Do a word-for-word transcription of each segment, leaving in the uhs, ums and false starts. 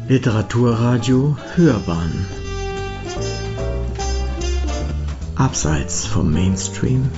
Literaturradio Hörbahn Abseits vom Mainstream.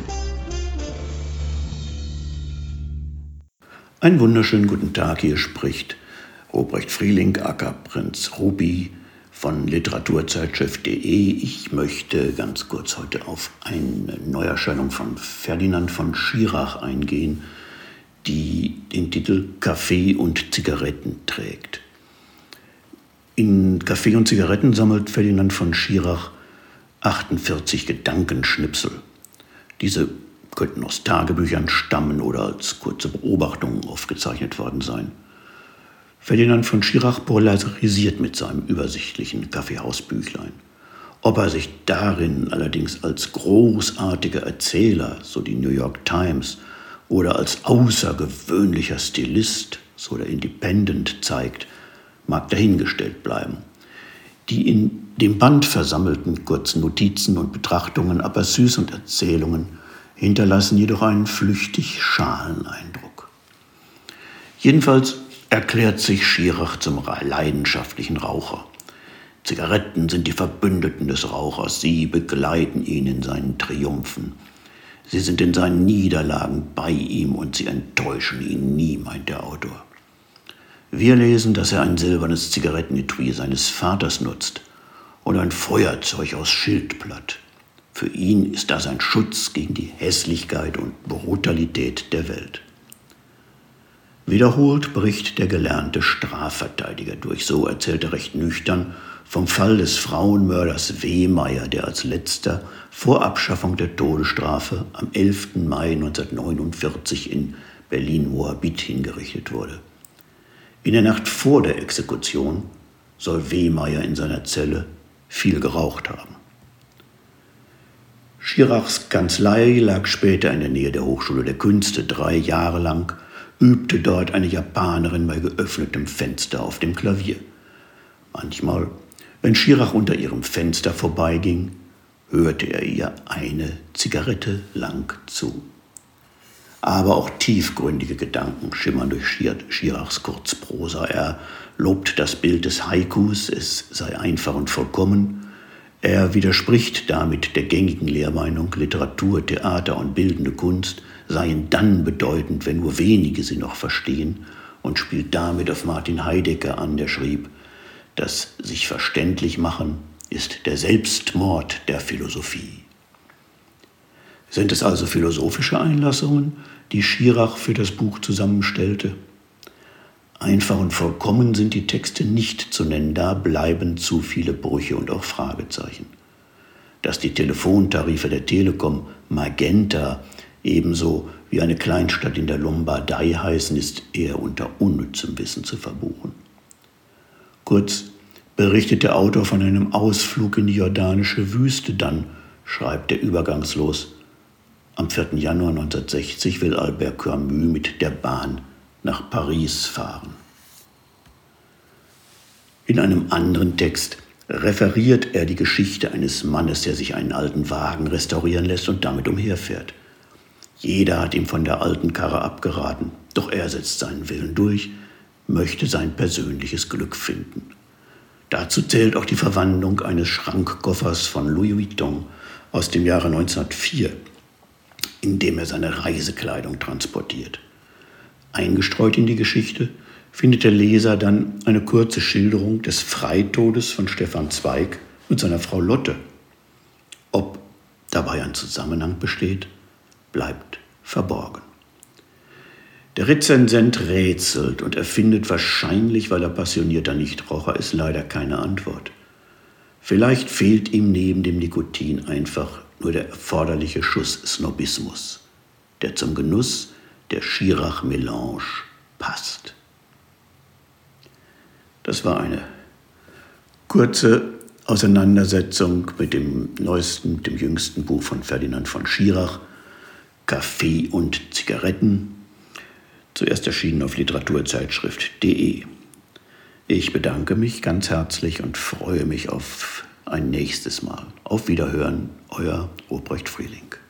Einen wunderschönen guten Tag, hier spricht Ruprecht Frieling, aka Prinz Ruby von Literaturzeitschrift punkt de. Ich möchte ganz kurz heute auf eine Neuerscheinung von Ferdinand von Schirach eingehen, die den Titel Kaffee und Zigaretten trägt. In Kaffee und Zigaretten sammelt Ferdinand von Schirach achtundvierzig Gedankenschnipsel. Diese könnten aus Tagebüchern stammen oder als kurze Beobachtungen aufgezeichnet worden sein. Ferdinand von Schirach polarisiert mit seinem übersichtlichen Kaffeehausbüchlein. Ob er sich darin allerdings als großartiger Erzähler, so die New York Times, oder als außergewöhnlicher Stilist, so der Independent, zeigt, mag dahingestellt bleiben. Die in dem Band versammelten kurzen Notizen und Betrachtungen, Aperçus und Erzählungen hinterlassen jedoch einen flüchtig schalen Eindruck. Jedenfalls erklärt sich Schirach zum leidenschaftlichen Raucher. Zigaretten sind die Verbündeten des Rauchers, sie begleiten ihn in seinen Triumphen. Sie sind in seinen Niederlagen bei ihm und sie enttäuschen ihn nie, meint der Autor. Wir lesen, dass er ein silbernes Zigarettenetui seines Vaters nutzt und ein Feuerzeug aus Schildpatt. Für ihn ist das ein Schutz gegen die Hässlichkeit und Brutalität der Welt. Wiederholt bricht der gelernte Strafverteidiger durch. So erzählt er recht nüchtern vom Fall des Frauenmörders Wehmeyer, der als letzter vor Abschaffung der Todesstrafe am elften Mai neunzehnhundertneunundvierzig in Berlin-Moabit hingerichtet wurde. In der Nacht vor der Exekution soll Wehmeyer in seiner Zelle viel geraucht haben. Schirachs Kanzlei lag später in der Nähe der Hochschule der Künste. Drei Jahre lang übte dort eine Japanerin bei geöffnetem Fenster auf dem Klavier. Manchmal, wenn Schirach unter ihrem Fenster vorbeiging, hörte er ihr eine Zigarette lang zu. Aber auch tiefgründige Gedanken schimmern durch Schirachs Kurzprosa. Er lobt das Bild des Haikus, es sei einfach und vollkommen. Er widerspricht damit der gängigen Lehrmeinung, Literatur, Theater und bildende Kunst seien dann bedeutend, wenn nur wenige sie noch verstehen, und spielt damit auf Martin Heidegger an, der schrieb, das sich verständlich machen ist der Selbstmord der Philosophie. Sind es also philosophische Einlassungen, die Schirach für das Buch zusammenstellte? Einfach und vollkommen sind die Texte nicht zu nennen, da bleiben zu viele Brüche und auch Fragezeichen. Dass die Telefontarife der Telekom Magenta ebenso wie eine Kleinstadt in der Lombardei heißen, ist eher unter unnützem Wissen zu verbuchen. Kurz berichtet der Autor von einem Ausflug in die jordanische Wüste, dann schreibt er übergangslos, am vierten Januar neunzehnhundertsechzig will Albert Camus mit der Bahn nach Paris fahren. In einem anderen Text referiert er die Geschichte eines Mannes, der sich einen alten Wagen restaurieren lässt und damit umherfährt. Jeder hat ihm von der alten Karre abgeraten, doch er setzt seinen Willen durch, möchte sein persönliches Glück finden. Dazu zählt auch die Verwandlung eines Schrankkoffers von Louis Vuitton aus dem Jahre neunzehnhundertvier, in dem er seine Reisekleidung transportiert. Eingestreut in die Geschichte findet der Leser dann eine kurze Schilderung des Freitodes von Stefan Zweig und seiner Frau Lotte. Ob dabei ein Zusammenhang besteht, bleibt verborgen. Der Rezensent rätselt und erfindet wahrscheinlich, weil er passionierter Nichtraucher ist, leider keine Antwort. Vielleicht fehlt ihm neben dem Nikotin einfach nur der erforderliche Schuss Snobismus, der zum Genuss der Schirach-Melange passt. Das war eine kurze Auseinandersetzung mit dem neuesten, mit dem jüngsten Buch von Ferdinand von Schirach, Kaffee und Zigaretten, zuerst erschienen auf Literaturzeitschrift punkt de. Ich bedanke mich ganz herzlich und freue mich auf ein nächstes Mal. Auf Wiederhören, euer Ruprecht Frieling.